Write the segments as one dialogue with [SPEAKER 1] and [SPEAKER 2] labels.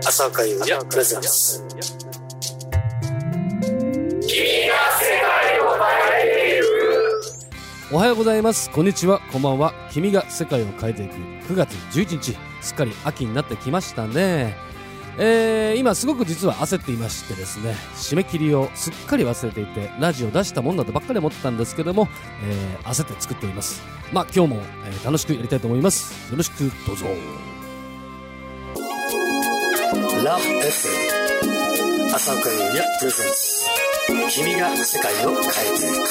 [SPEAKER 1] 浅岡優也プレゼンツ。
[SPEAKER 2] おはようございます。こんにちは、こんばんは。君が世界を変えていく9月11日、すっかり秋になってきましたね。今すごく実は焦っていましてですね、締め切りをすっかり忘れていて、ラジオ出したもんだとばっかり思ってたんですけども、焦って作っております。今日も、楽しくやりたいと思います。よろしくどうぞ。
[SPEAKER 1] ラブ FM 浅岡優也プレゼンツ。君が世界を変えていく。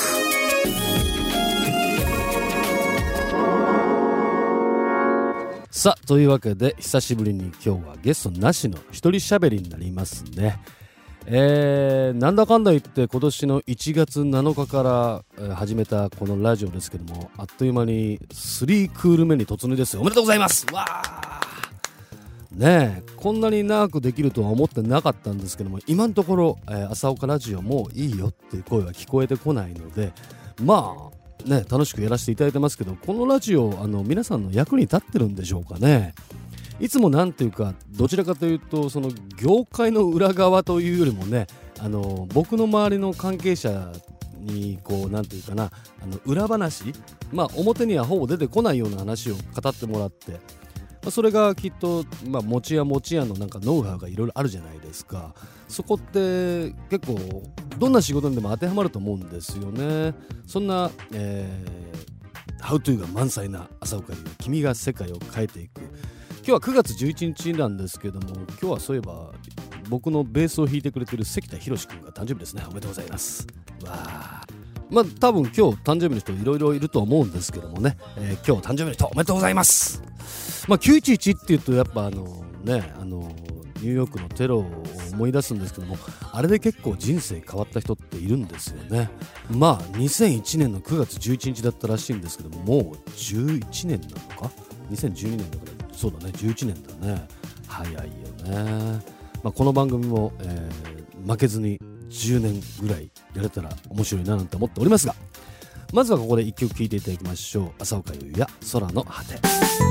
[SPEAKER 2] さあ、というわけで久しぶりに今日はゲストなしの一人喋りになりますね。なんだかんだ言って今年の1月7日から始めたこのラジオですけども、あっという間に3クール目に突入ですよ。おめでとうございます。わーねえ、こんなに長くできるとは思ってなかったんですけども、今のところ、朝岡ラジオもういいよっていう声は聞こえてこないので、楽しくやらせていただいてますけど、このラジオ皆さんの役に立ってるんでしょうかね。いつもなんていうか、どちらかというとその業界の裏側というよりもね、僕の周りの関係者にこうなんていうかな、裏話、表にはほぼ出てこないような話を語ってもらって、それがきっと、持ち屋のなんかノウハウがいろいろあるじゃないですか。そこって結構どんな仕事にでも当てはまると思うんですよね。そんな、ハウトゥーが満載な朝岡優也、君が世界を変えていく。今日は9月11日なんですけども、今日はそういえば僕のベースを弾いてくれてる関田博君が誕生日ですね。おめでとうございます。多分今日誕生日の人いろいろいると思うんですけどもね、今日誕生日の人おめでとうございます。911っていうとやっぱニューヨークのテロを思い出すんですけども、あれで結構人生変わった人っているんですよね。2001年の9月11日だったらしいんですけども、もう11年なのか。2012年だから、そうだね、11年だね。早いよね。この番組も、負けずに10年ぐらいやれたら面白いななんて思っておりますが、まずはここで1曲聴いていただきましょう。朝岡優也、空の果て。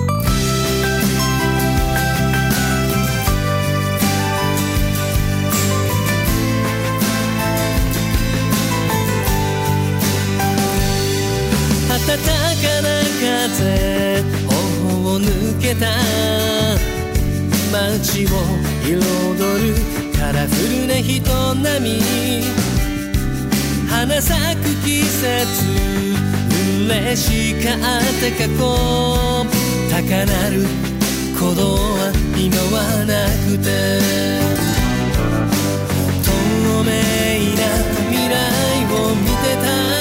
[SPEAKER 3] 暖かな風、頬を抜けた街を彩るカラフルな人並み、花咲く季節、嬉しかった過去、高鳴る鼓動は今はなくて、透明な未来を見てた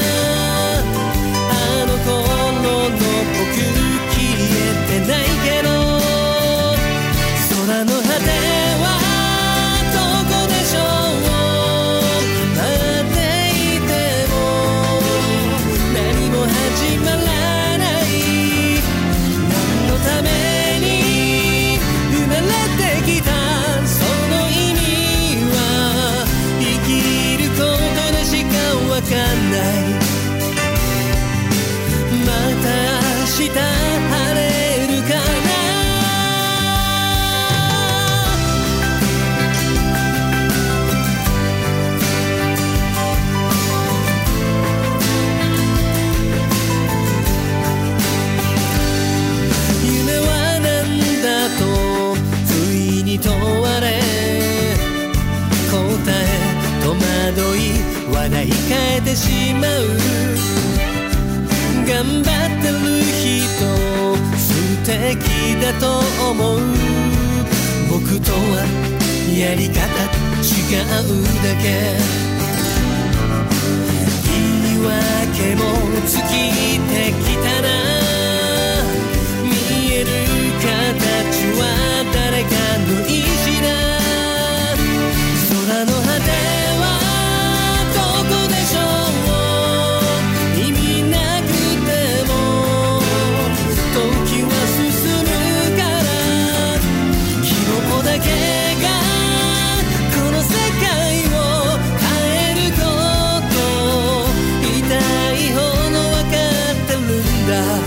[SPEAKER 3] 頃の僕、消えてないけど、空の果てはどこでしょう。待っていても何も始まらない。何のために生まれてきた、その意味は生きることでしかわかんない。また明日晴れるかな。夢は何だと不意に問われ、答え戸惑い笑い変えてしまう。頑張ってる人素敵だと思う。僕とはやり方違うだけ。言い訳も尽きてきたな。見える形は誰かの意地だ。空の果てはどこでしょう。だ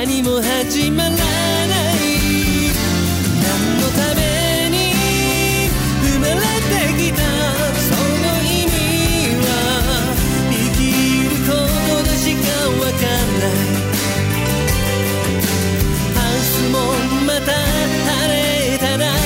[SPEAKER 3] 何も始まらない。何のために生まれてきた、その意味は生きることでしかわかんない。明日もまた晴れたなら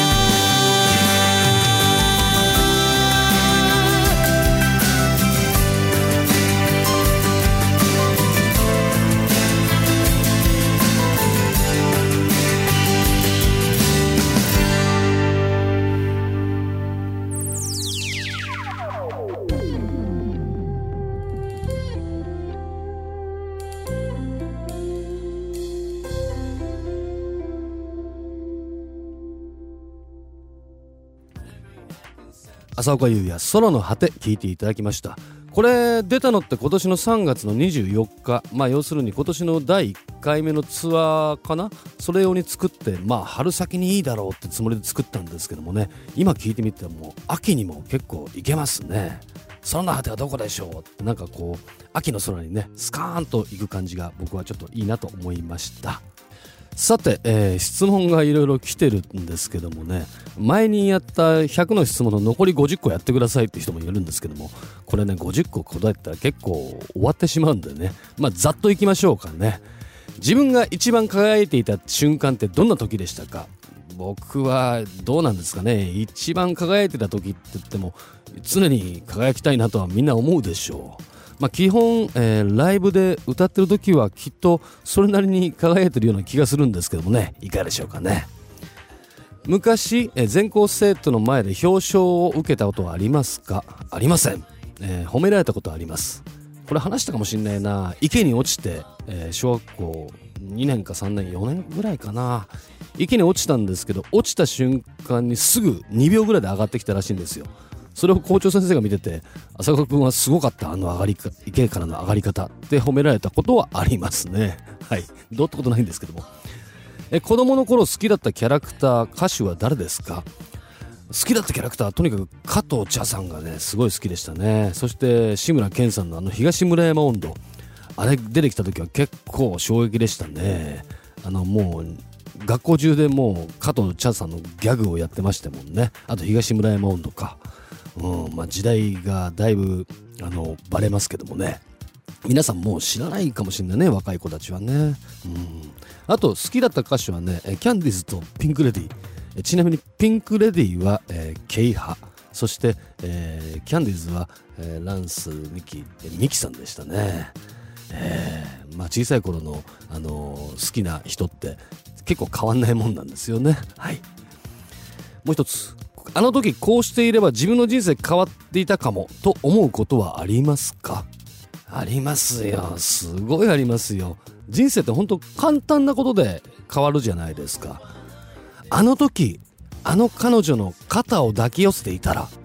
[SPEAKER 2] 浅岡優也空の果て聞いていただきました。これ出たのって今年の3月の24日、要するに今年の第1回目のツアーかな、それ用に作って、春先にいいだろうってつもりで作ったんですけどもね、今聞いてみても秋にも結構いけますね。空の果てはどこでしょうって、なんかこう秋の空にねスカーンと行く感じが僕はちょっといいなと思いました。さて、質問がいろいろ来てるんですけどもね、前にやった100の質問の残り50個やってくださいって人もいるんですけども、これね50個答えたら結構終わってしまうんでね、ざっといきましょうかね。自分が一番輝いていた瞬間ってどんな時でしたか。僕はどうなんですかね、一番輝いてた時って言っても常に輝きたいなとはみんな思うでしょう。基本、ライブで歌ってる時はきっとそれなりに輝いてるような気がするんですけどもね、いかがでしょうかね。昔、全校生徒の前で表彰を受けたことはありますか。ありません。褒められたことはあります。これ話したかもしれないな。池に落ちて、小学校2年か3年4年ぐらいかな、池に落ちたんですけど、落ちた瞬間にすぐ2秒ぐらいで上がってきたらしいんですよ。それを校長先生が見てて、浅岡君はすごかった、池からの上がり方って褒められたことはありますね。はい、どうってことないんですけども。子供の頃好きだったキャラクター、歌手は誰ですか。好きだったキャラクター、とにかく加藤茶さんがねすごい好きでしたね。そして志村けんさんの東村山音頭、あれ出てきた時は結構衝撃でしたね。もう学校中でもう加藤茶さんのギャグをやってましたもんね。あと東村山音頭か、時代がだいぶバレますけどもね、皆さんもう知らないかもしれないね、若い子たちはね。あと好きだった歌手はね、キャンディーズとピンクレディー。ちなみにピンクレディーは、ケイ派、そして、キャンディーズは、ランスミキさんでしたね。小さい頃の、好きな人って結構変わんないもんなんですよね。はい。もう一つ、あの時こうしていれば自分の人生変わっていたかもと思うことはありますか。ありますよ、すごいありますよ。人生って本当簡単なことで変わるじゃないですか。あの時彼女の肩を抱き寄せていたら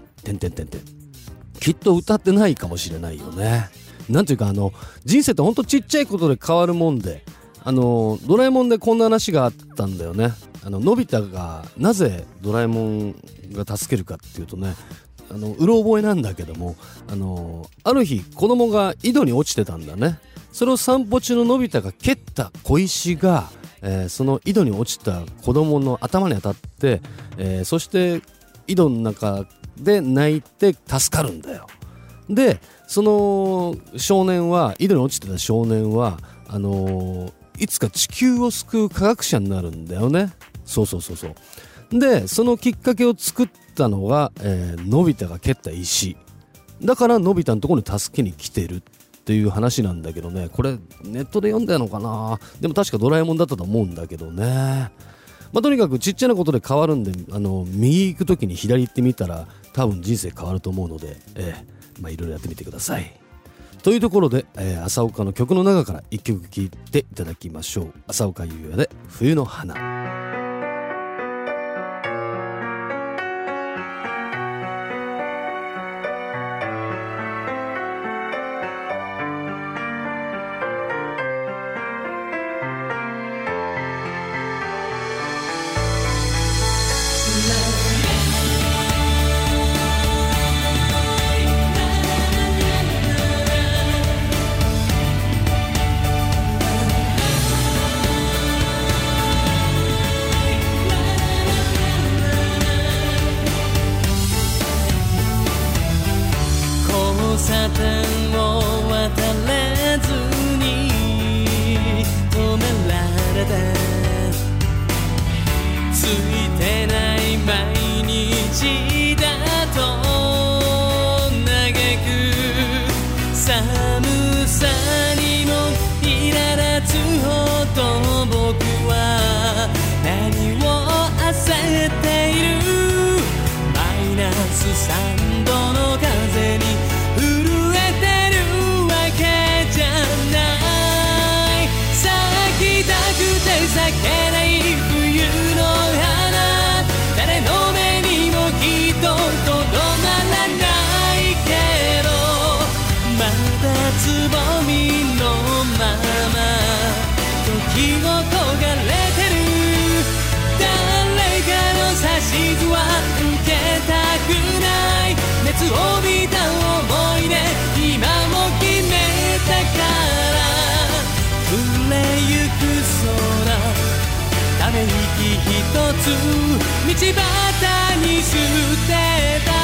[SPEAKER 2] きっと歌ってないかもしれないよね。なんていうか人生って本当ちっちゃいことで変わるもんで、ドラえもんでこんな話があったんだよね。のび太がなぜドラえもんが助けるかっていうとね、うろ覚えなんだけども、ある日子供が井戸に落ちてたんだね。それを散歩中ののび太が蹴った小石が、その井戸に落ちた子供の頭に当たって、そして井戸の中で泣いて助かるんだよ。でその少年は、井戸に落ちてた少年は、いつか地球を救う科学者になるんだよね。そうでそのきっかけを作ったのが、のび太が蹴った石だから、のび太のところに助けに来てるっていう話なんだけどね。これネットで読んだのかな。でも確かドラえもんだったと思うんだけどね。とにかくちっちゃなことで変わるんで、右行く時に左行ってみたら多分人生変わると思うので、いろいろやってみてください。というところで、浅岡の曲の中から一曲聴いていただきましょう。浅岡優也で冬の花。
[SPEAKER 3] 「 道だと嘆く寒さにも苛立つほど僕は何を焦っているマイナス3度の風に震えてるわけじゃない咲きたくて咲けない冬の花誰の目にもきっととどまらないけどまだつぼみのまま時を焦がれてる誰かの指図は受けたくない熱を帯びた思いで今も決めたから触れゆく空ため息一つ道端に捨てた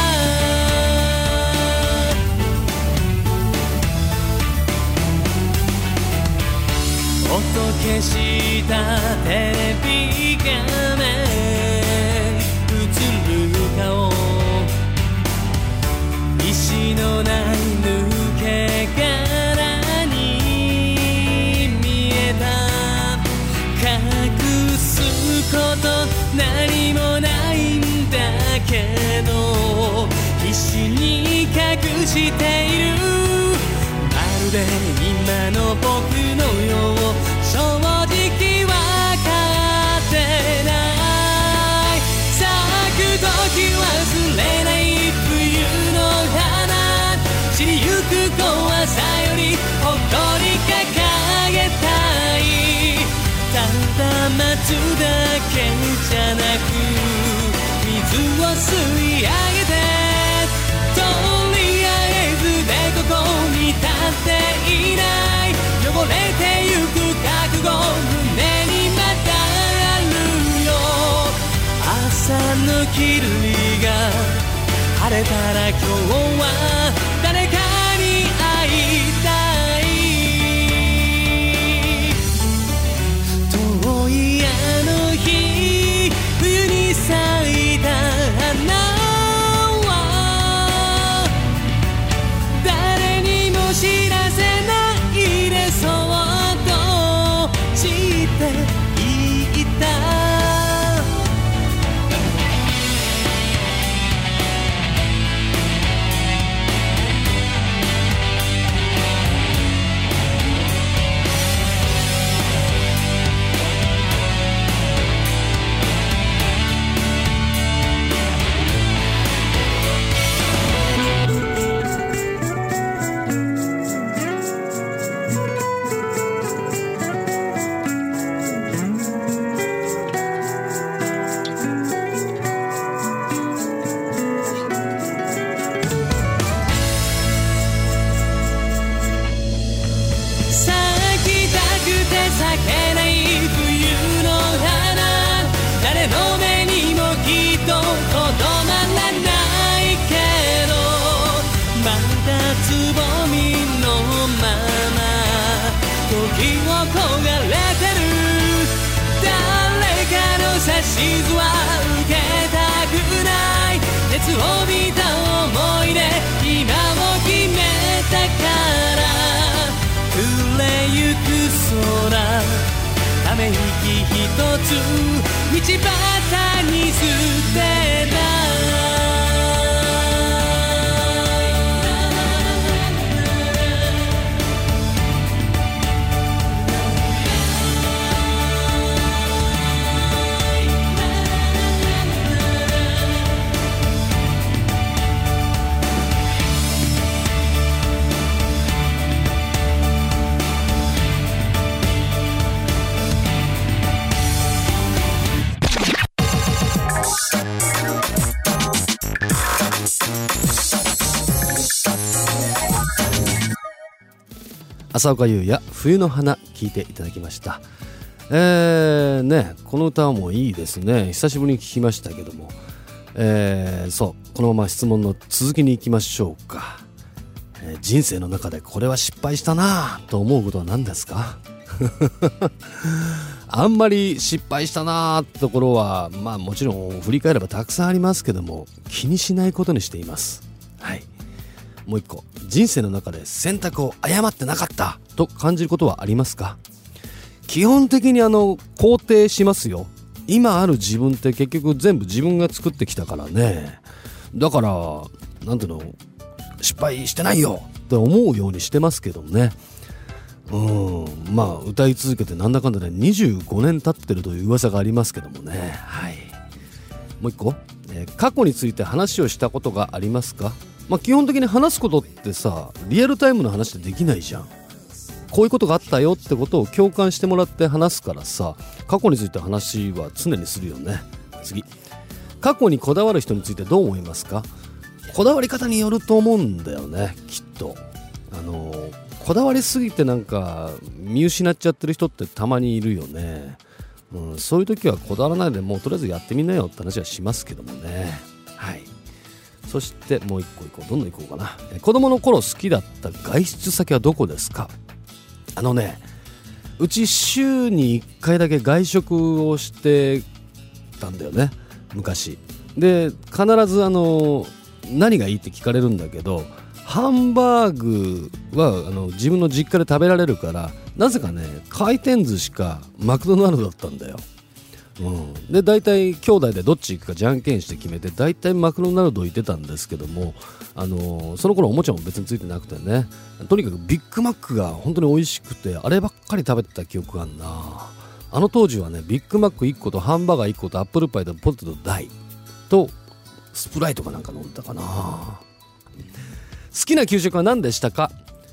[SPEAKER 3] 音消したテレビ画面映る顔石のない抜け殻に見えた隠すこと何もないんだけど必死に隠しているまるで今の僕のよう正直わかってない咲く時忘れない冬の花散りゆく怖さよりほっこり掲げたいただ待つだけじゃなく水を吸い上げてとりあえずでここに立っていない汚れてゆく覚悟胸にまだあるよ朝の霧が晴れたら今日は誰かに会いたい遠いあの日冬に咲いた花は誰にも知らせないでそっとしていた指図は受けたくない熱を帯びた思いで今を決めたから触れゆく空ため息一つ道端に捨てた
[SPEAKER 2] 浅岡優也冬の花聞いていただきました。ね、この歌もいいですね。久しぶりに聞きましたけども、そうこのまま質問の続きに行きましょうか。人生の中でこれは失敗したなと思うことは何ですかあんまり失敗したなーってところはまあもちろん振り返ればたくさんありますけども、気にしないことにしています。はい。もう一個、人生の中で選択を誤ってなかったと感じることはありますか？基本的に肯定しますよ。今ある自分って結局全部自分が作ってきたからね。だからなんていうの、失敗してないよって思うようにしてますけどね。まあ歌い続けてなんだかんだね25年経ってるという噂がありますけどもね。はい。もう一個、過去について話をしたことがありますか？まあ基本的に話すことってさ、リアルタイムの話ってできないじゃん。こういうことがあったよってことを共感してもらって話すからさ、過去について話は常にするよね。次、過去にこだわる人についてどう思いますか？こだわり方によると思うんだよね、きっと。こだわりすぎてなんか見失っちゃってる人ってたまにいるよね。そういう時はこだわらないでもうとりあえずやってみなよって話はしますけどもね。はい。そしてもう一個いこう。どんどんいこうかな。子供の頃好きだった外出先はどこですか？うち週に1回だけ外食をしてたんだよね、昔で。必ず何がいいって聞かれるんだけど、ハンバーグは自分の実家で食べられるから、なぜかね回転寿司かマクドナルドだったんだよ。で大体兄弟でどっち行くかじゃんけんして決めて、大体マクドナルド行ってたんですけども、その頃おもちゃも別についてなくてね、とにかくビッグマックが本当に美味しくて、あればっかり食べてた記憶があるな。あの当時はね、ビッグマック1個とハンバーガー1個とアップルパイとポテト大とスプライトかなんか飲んだかな。好きな給食は何でしたか？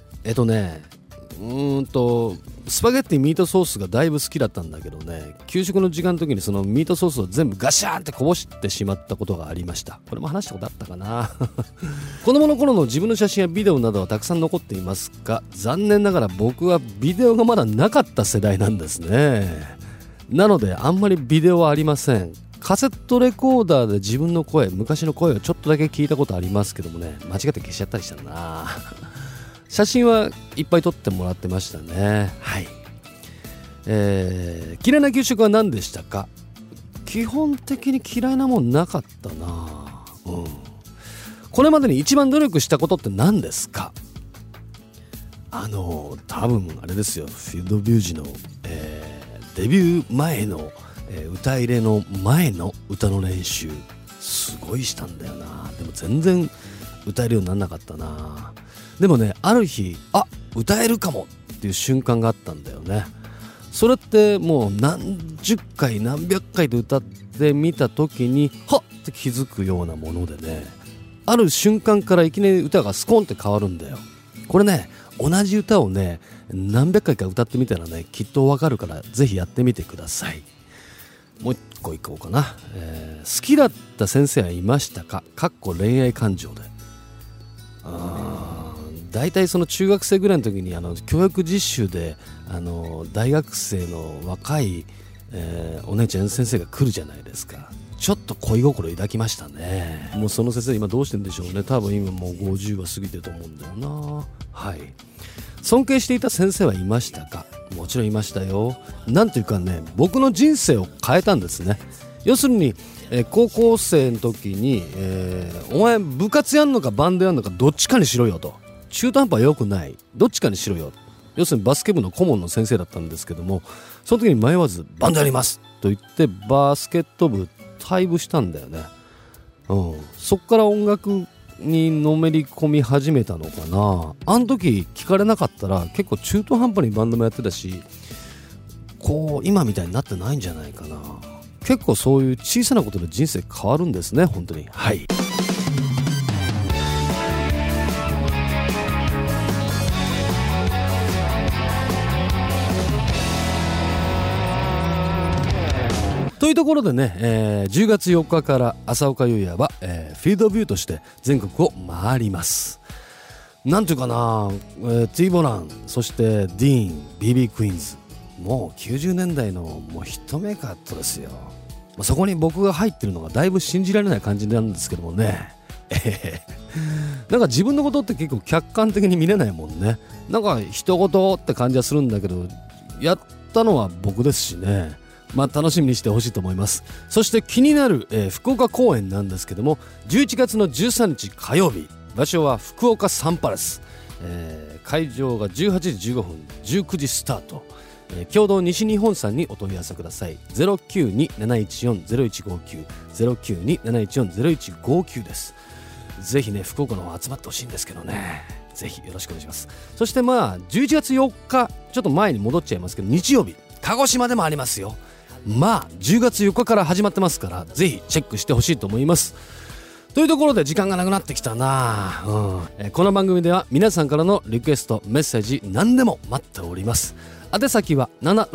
[SPEAKER 2] スパゲッティミートソースがだいぶ好きだったんだけどね、給食の時間の時にそのミートソースを全部ガシャーンってこぼしてしまったことがありました。これも話したことあったかな子供の頃の自分の写真やビデオなどはたくさん残っていますか？残念ながら僕はビデオがまだなかった世代なんですね。なのであんまりビデオはありません。カセットレコーダーで自分の声、昔の声をちょっとだけ聞いたことありますけどもね、間違って消しちゃったりしたな写真はいっぱい撮ってもらってましたね。はい。嫌いな給食は何でしたか？基本的に嫌いなもんなかったな。これまでに一番努力したことって何ですか？多分あれですよ、フィールドビュージの、デビュー前の、歌入れの前の歌の練習すごいしたんだよな。でも全然歌えるようにならなかったな。でもね、ある日歌えるかもっていう瞬間があったんだよね。それってもう何十回何百回と歌ってみた時にはっって気づくようなものでね、ある瞬間からいきなり歌がスコンって変わるんだよ。これね、同じ歌をね何百回か歌ってみたらね、きっとわかるから、ぜひやってみてください。もう一個いこうかな。好きだった先生はいましたか？かっこ恋愛感情で。大体その中学生ぐらいの時に教育実習で大学生の若い、お姉ちゃん先生が来るじゃないですか。ちょっと恋心抱きましたね。もうその先生今どうしてんでしょうね。多分今もう50は過ぎてると思うんだよな。はい。尊敬していた先生はいましたか？もちろんいましたよ。なんというかね、僕の人生を変えたんですね。要するに、高校生の時に、お前部活やんのかバンドやんのかどっちかにしろよと。中途半端は良くない、どっちかにしろよ。要するにバスケ部の顧問の先生だったんですけども、その時に迷わずバンドやりますと言ってバスケット部退部したんだよね。そっから音楽にのめり込み始めたのかな。あの時聞かれなかったら結構中途半端にバンドもやってたし、こう今みたいになってないんじゃないかな。結構そういう小さなことで人生変わるんですね、本当に。はい。というところでね、10月4日から浅岡優也は、フィールドビューとして全国を回ります。なんていうかな、ティーボラン、そしてディーン、BB クイーンズ、もう90年代のもうヒットメーカーとですよ。そこに僕が入ってるのがだいぶ信じられない感じなんですけどもね。なんか自分のことって結構客観的に見れないもんね。なんか人事って感じはするんだけど、やっったのは僕ですしね、楽しみにしてほしいと思います。そして気になる、福岡公演なんですけども、11月の13日火曜日、場所は福岡サンパレス、会場が18時15分19時スタート、共同西日本さんにお問い合わせください。 092-714-0159 092-714-0159 です。ぜひね福岡の方集まってほしいんですけどね、ぜひよろしくお願いします。そして11月4日ちょっと前に戻っちゃいますけど、日曜日鹿児島でもありますよ。10月4日から始まってますから、ぜひチェックしてほしいと思います。というところで時間がなくなってきたな、この番組では皆さんからのリクエストメッセージ何でも待っております。宛先は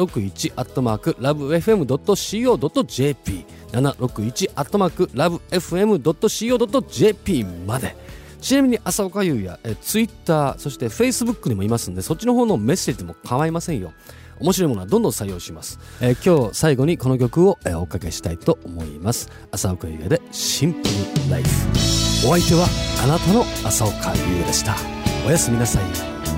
[SPEAKER 2] 761@lovefm.co.jp761@lovefm.co.jp まで。ちなみに朝岡優也ツイッターそしてフェイスブックにもいますんで、そっちの方のメッセージでも構いませんよ。面白いものはどんどん採用します。今日最後にこの曲をおかけしたいと思います。朝岡優也でシンプルライフ。お相手はあなたの朝岡優也でした。おやすみなさい。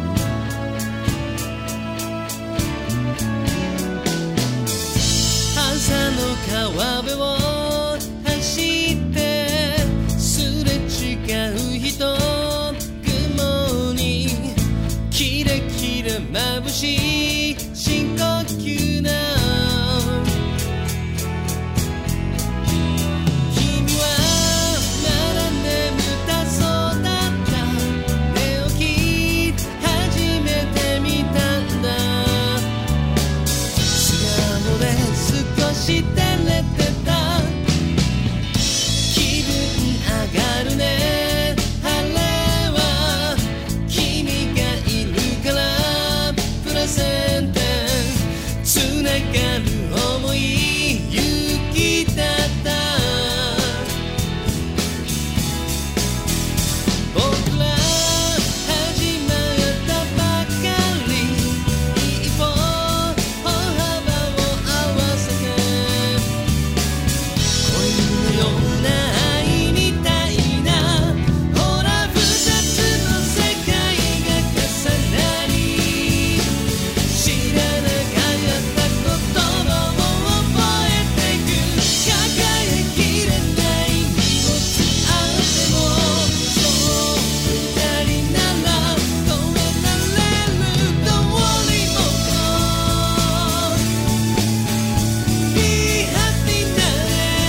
[SPEAKER 3] 朝の川辺を走ってすれ違う人、雲にキラキラ眩しい深呼吸な、君はまだ眠たそうだった、寝起き始めてみたんだ、素顔で少し照れてた、気分上がるね、晴れは君がいるからプレゼントつながる想い勇気だった、僕ら始まったばかり、一歩歩幅を合わせて恋のような愛みたいな、ほら二つの世界が重なり、知らなかった言葉を覚えてく、抱えきれない荷物あっても、そう二人なら越えられる通りも Be happy だね、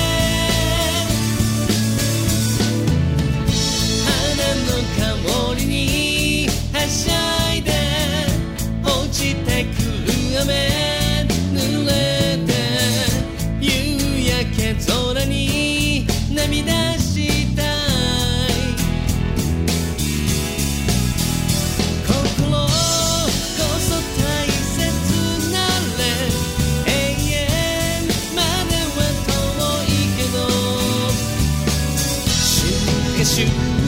[SPEAKER 3] 花の香りにはしゃいで落ちてくる雨、濡れて夕焼け空に涙したい、心こそ大切なれ、永遠までは遠いけど、瞬間瞬間